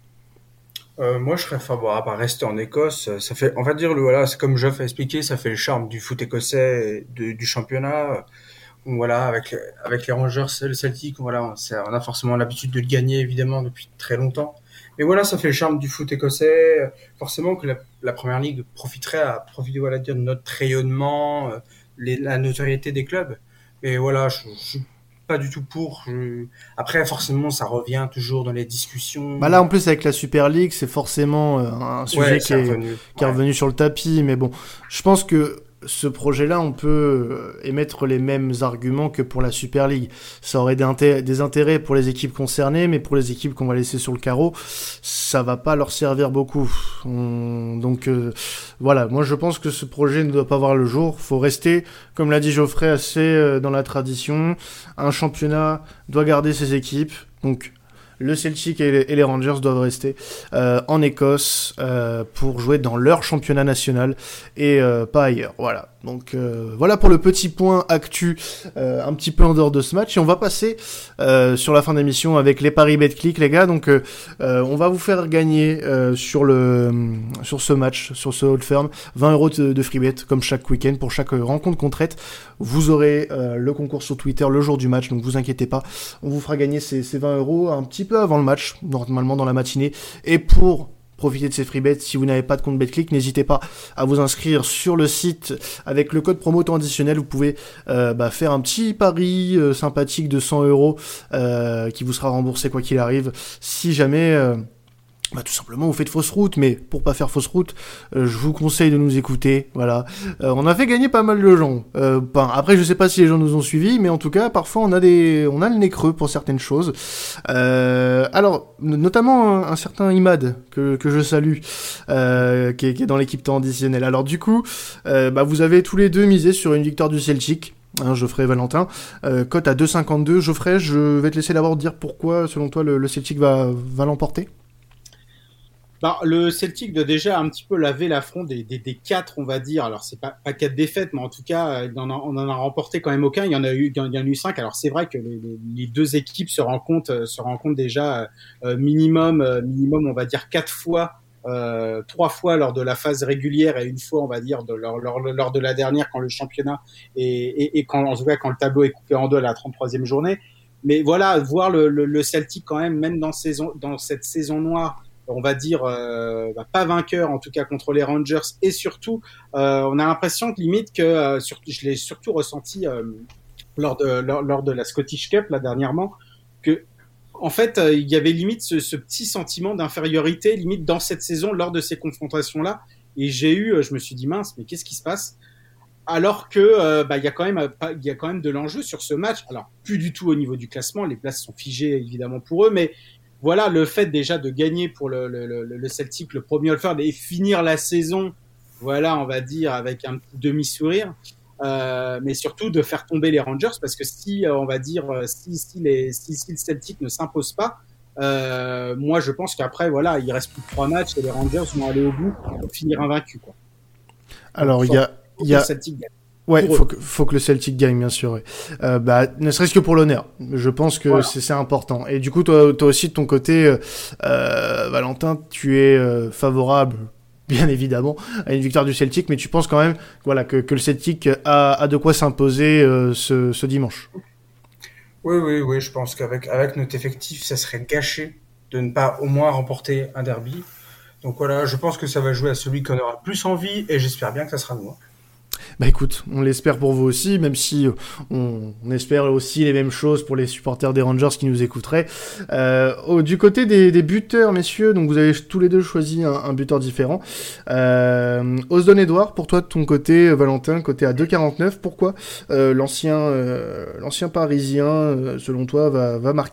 euh, Moi, je serais favorable à rester en Écosse. Ça fait, on va dire, le, voilà, c'est comme Geoff a expliqué, ça fait le charme du foot écossais, de, du championnat. Voilà, avec, avec les Rangers, le Celtic, voilà, on, on a forcément l'habitude de le gagner, évidemment, depuis très longtemps. Mais voilà, ça fait le charme du foot écossais. Forcément que la, la première ligue profiterait à profiter, voilà, de notre rayonnement, les, la notoriété des clubs. Mais voilà, je, je suis pas du tout pour. Je... Après, forcément, ça revient toujours dans les discussions.
Bah là, en plus, avec la Super League, c'est forcément un sujet
ouais,
qui, est,
revenu.
qui est
ouais.
revenu sur le tapis. Mais bon, je pense que ce projet-là, on peut émettre les mêmes arguments que pour la Super League. Ça aurait des, inté- des intérêts pour les équipes concernées, mais pour les équipes qu'on va laisser sur le carreau, ça va pas leur servir beaucoup. On... Donc euh, voilà, moi je pense que ce projet ne doit pas voir le jour. Faut rester, comme l'a dit Geoffrey, assez euh, dans la tradition. Un championnat doit garder ses équipes, donc le Celtic et les, et les Rangers doivent rester euh, en Écosse euh, pour jouer dans leur championnat national et euh, pas ailleurs. Voilà. Donc euh, voilà pour le petit point actu euh, un petit peu en dehors de ce match. Et on va passer euh, sur la fin d'émission avec les paris BetClick, les gars. Donc euh, euh, on va vous faire gagner euh, sur le sur ce match, sur ce Old Firm, vingt euros de, de free bet comme chaque week-end pour chaque rencontre qu'on traite. Vous aurez euh, le concours sur Twitter le jour du match, donc vous inquiétez pas. On vous fera gagner ces, ces vingt euros un petit peu avant le match, normalement dans la matinée. Et pour profiter de ces free bets, si vous n'avez pas de compte BetClick, n'hésitez pas à vous inscrire sur le site avec le code promo temps additionnel. Vous pouvez euh, bah, faire un petit pari euh, sympathique de cent euros euh, qui vous sera remboursé quoi qu'il arrive. Si jamais... Euh, Bah tout simplement vous faites fausse route, mais pour pas faire fausse route, euh, je vous conseille de nous écouter. Voilà, euh, on a fait gagner pas mal de gens. Euh, ben, après je sais pas si les gens nous ont suivis, mais en tout cas parfois on a des, on a le nez creux pour certaines choses. Euh, alors notamment un, un certain Imad que que je salue, euh, qui est, qui est dans l'équipe temps additionnel. Alors du coup, euh, bah vous avez tous les deux misé sur une victoire du Celtic. Hein, Geoffrey et Valentin, euh, cote à deux virgule cinquante-deux. Geoffrey, je vais te laisser d'abord dire pourquoi selon toi le, le Celtic va va l'emporter.
Bah, le Celtic doit déjà un petit peu laver l'affront des, des, des quatre, on va dire. Alors, c'est pas, pas quatre défaites, mais en tout cas, on en, a, on en a remporté quand même aucun. Il y en a eu, il y en a eu cinq. Alors, c'est vrai que les, les deux équipes se rencontrent, se rencontrent déjà euh, minimum, euh, minimum, on va dire quatre fois, euh, trois fois lors de la phase régulière et une fois, on va dire, de, lors, lors, lors de la dernière quand le championnat et, et, et quand, en tout cas, quand le tableau est coupé en deux à la trente-troisième journée. Mais voilà, voir le, le, le Celtic quand même, même dans, saison, dans cette saison noire, on va dire euh, bah, pas vainqueur en tout cas contre les Rangers, et surtout euh, on a l'impression que limite que euh, sur, je l'ai surtout ressenti euh, lors de lors, lors de la Scottish Cup là dernièrement, que en fait euh, il y avait limite ce, ce petit sentiment d'infériorité limite dans cette saison lors de ces confrontations là, et j'ai eu je me suis dit mince mais qu'est-ce qui se passe, alors que euh, bah il y a quand même il y a quand même de l'enjeu sur ce match. Alors plus du tout au niveau du classement, les places sont figées évidemment pour eux, mais voilà, le fait déjà de gagner pour le, le, le, le Celtic le premier Old Firm et finir la saison, voilà, on va dire avec un petit demi-sourire, euh, mais surtout de faire tomber les Rangers, parce que si, on va dire, si, si, les, si, si le Celtic ne s'impose pas, euh, moi je pense qu'après, voilà, il reste plus de trois matchs et les Rangers vont aller au bout pour finir invaincus, quoi.
Alors, il y a, il y a, ouais, faut que, faut que le Celtic gagne, bien sûr. Ouais. Euh, bah, ne serait-ce que pour l'honneur. Je pense que voilà. c'est, c'est important. Et du coup, toi, toi aussi de ton côté, euh, Valentin, tu es euh, favorable, bien évidemment, à une victoire du Celtic, mais tu penses quand même, voilà, que, que le Celtic a, a de quoi s'imposer euh, ce, ce dimanche.
Oui, oui, oui. Je pense qu'avec avec notre effectif, ça serait gâché de ne pas au moins remporter un derby. Donc voilà, je pense que ça va jouer à celui qu'on aura le plus envie, et j'espère bien que ça sera nous.
Bah écoute, on l'espère pour vous aussi, même si on, on espère aussi les mêmes choses pour les supporters des Rangers qui nous écouteraient. Euh, au, du côté des, des buteurs, messieurs, donc vous avez tous les deux choisi un, un buteur différent. Euh, Osdon Edouard, pour toi de ton côté, Valentin, côté à deux virgule quarante-neuf, pourquoi euh, l'ancien, euh, l'ancien Parisien, euh, selon toi, va, va marquer ?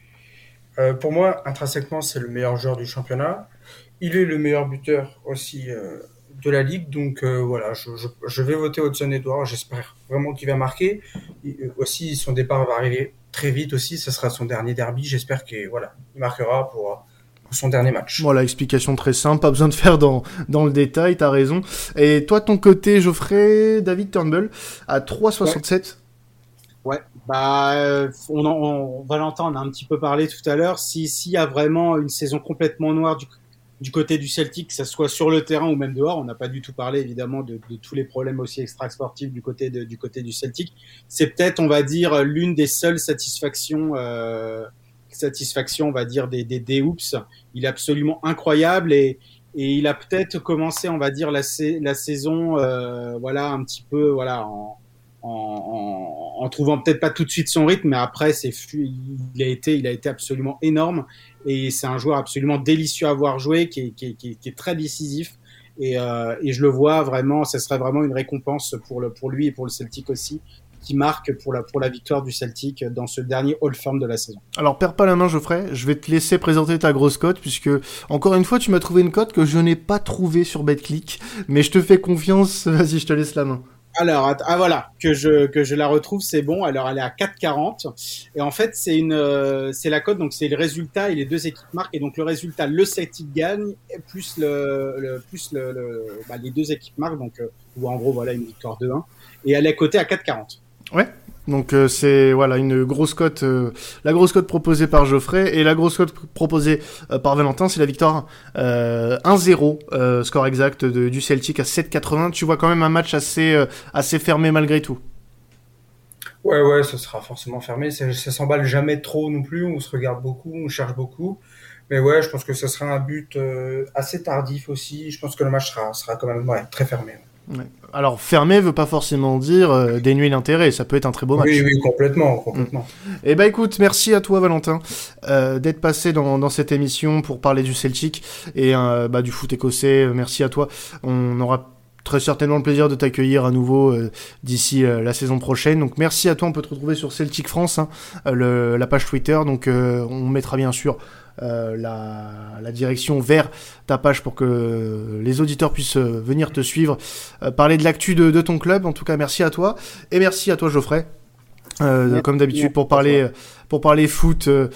euh, Pour moi, intrinsèquement, c'est le meilleur joueur du championnat. Il est le meilleur buteur aussi euh, de la Ligue, donc euh, voilà, je, je, je vais voter Hudson Edouard, j'espère vraiment qu'il va marquer. Et, aussi, son départ va arriver très vite aussi, ce sera son dernier derby, j'espère qu'il voilà, il marquera pour, pour son dernier match.
Voilà, explication très simple, pas besoin de faire dans, dans le détail, t'as raison. Et toi, de ton côté, Geoffrey, David Turnbull, à trois virgule soixante-sept.
Ouais. Ouais, bah, on, en, on Valentin en a un petit peu parlé tout à l'heure. Si s'il y a vraiment une saison complètement noire du du côté du Celtic, que ça soit sur le terrain ou même dehors, on n'a pas du tout parlé évidemment de, de tous les problèmes aussi extra-sportifs du côté de, du côté du Celtic. C'est peut-être, on va dire, l'une des seules satisfactions, euh, satisfactions, on va dire, des des, des Hoops. Il est absolument incroyable et et il a peut-être commencé, on va dire, la la saison, euh, voilà, un petit peu, voilà, en En, en, en trouvant peut-être pas tout de suite son rythme, mais après c'est il a été il a été absolument énorme et c'est un joueur absolument délicieux à voir jouer, qui est qui est, qui est, qui est très décisif et, euh, et je le vois vraiment, ça serait vraiment une récompense pour le pour lui et pour le Celtic aussi, qui marque pour la pour la victoire du Celtic dans ce dernier Old Firm de la saison.
Alors perds pas la main, Geoffrey, je vais te laisser présenter ta grosse cote, puisque encore une fois tu m'as trouvé une cote que je n'ai pas trouvée sur BetClick, mais je te fais confiance, vas-y, je te laisse la main.
Alors, ah voilà, que je que je la retrouve, c'est bon. Alors, elle est à quatre virgule quarante et en fait, c'est une euh, c'est la cote, donc c'est le résultat et les deux équipes marquent et donc le résultat, le Celtic gagne plus le, le plus le, le bah, les deux équipes marquent, donc euh, ou en gros voilà une victoire deux un et elle est cotée à quatre virgule quarante.
Ouais. Donc euh, c'est voilà une grosse cote, euh, la grosse cote proposée par Geoffrey et la grosse cote proposée euh, par Valentin, c'est la victoire euh, un zéro, euh, score exact de, du Celtic à sept virgule quatre-vingts. Tu vois quand même un match assez euh, assez fermé malgré tout.
Ouais ouais, ce sera forcément fermé. Ça, ça s'emballe jamais trop non plus. On se regarde beaucoup, on cherche beaucoup. Mais ouais, je pense que ce sera un but euh, assez tardif aussi. Je pense que le match sera sera quand même ouais, très fermé.
Ouais. Alors, fermé veut pas forcément dire euh, dénuer l'intérêt, ça peut être un très beau match.
Oui, oui, complètement, complètement.
Mmh. Eh ben écoute, merci à toi Valentin euh, d'être passé dans, dans cette émission pour parler du Celtic et euh, bah, du foot écossais. Merci à toi. On aura très certainement le plaisir de t'accueillir à nouveau euh, d'ici euh, la saison prochaine. Donc merci à toi, on peut te retrouver sur Celtic France, hein, le, la page Twitter. Donc euh, on mettra bien sûr Euh, la, la direction vers ta page pour que les auditeurs puissent euh, venir te suivre, euh, parler de l'actu de, de ton club. En tout cas, merci à toi et merci à toi Geoffrey. Euh, merci, comme d'habitude pour parler pour parler foot. Euh,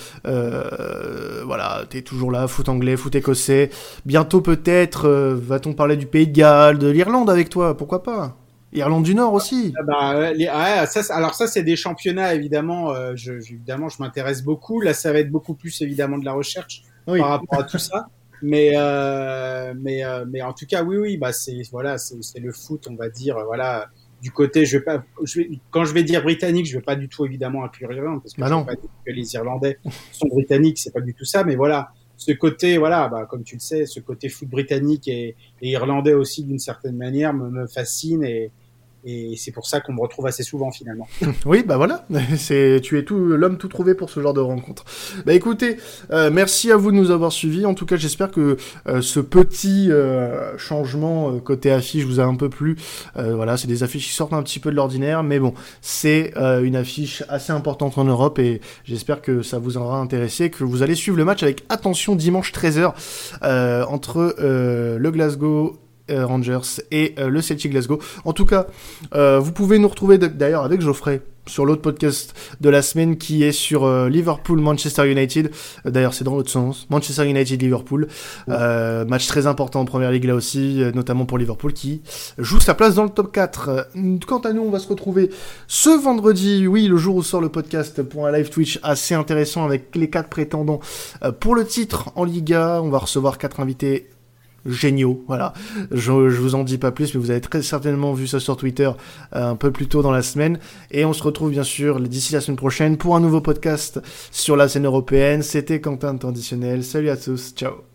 euh, voilà, t'es toujours là, foot anglais, foot écossais. Bientôt peut-être euh, va-t-on parler du Pays de Galles, de l'Irlande avec toi, pourquoi pas. Irlande du Nord aussi.
Ah bah, les, ouais, ça, alors ça, c'est des championnats, évidemment. Euh, je, évidemment, je m'intéresse beaucoup. Là, ça va être beaucoup plus, évidemment, de la recherche oui. par rapport à tout ça. Mais, euh, mais, euh, mais en tout cas, oui, oui, bah, c'est, voilà, c'est, c'est le foot, on va dire, voilà. Du côté, je vais pas, je vais, quand je vais dire britannique, je vais pas du tout, évidemment, inclure l'Irlande, parce que,
bah
je
non.
vais pas dire que les Irlandais sont britanniques, c'est pas du tout ça, mais voilà. Ce côté, voilà, bah, comme tu le sais, ce côté foot britannique et, et irlandais aussi, d'une certaine manière, me, me fascine et, et c'est pour ça qu'on me retrouve assez souvent finalement.
Oui, bah voilà, c'est tu es tout l'homme tout trouvé pour ce genre de rencontre. Bah écoutez, euh, merci à vous de nous avoir suivis. En tout cas, j'espère que euh, ce petit euh, changement euh, côté affiche vous a un peu plu. Euh, voilà, c'est des affiches qui sortent un petit peu de l'ordinaire, mais bon, c'est euh, une affiche assez importante en Europe et j'espère que ça vous aura intéressé, que vous allez suivre le match avec attention dimanche treize heures euh, entre euh, le Glasgow Rangers et euh, le Celtic Glasgow. En tout cas, euh, vous pouvez nous retrouver d- d'ailleurs avec Geoffrey sur l'autre podcast de la semaine qui est sur euh, Liverpool-Manchester United. Euh, d'ailleurs, c'est dans l'autre sens. Manchester United-Liverpool. Euh, match très important en Première Ligue là aussi, euh, notamment pour Liverpool qui joue sa place dans le top quatre. Euh, quant à nous, on va se retrouver ce vendredi, oui, le jour où sort le podcast, pour un live Twitch assez intéressant avec les quatre prétendants euh, pour le titre en Liga. On va recevoir quatre invités géniaux, voilà. Je, je vous en dis pas plus, mais vous avez très certainement vu ça sur Twitter euh, un peu plus tôt dans la semaine. Et on se retrouve bien sûr d'ici la semaine prochaine pour un nouveau podcast sur la scène européenne. C'était Quentin Traditionnel. Salut à tous, ciao.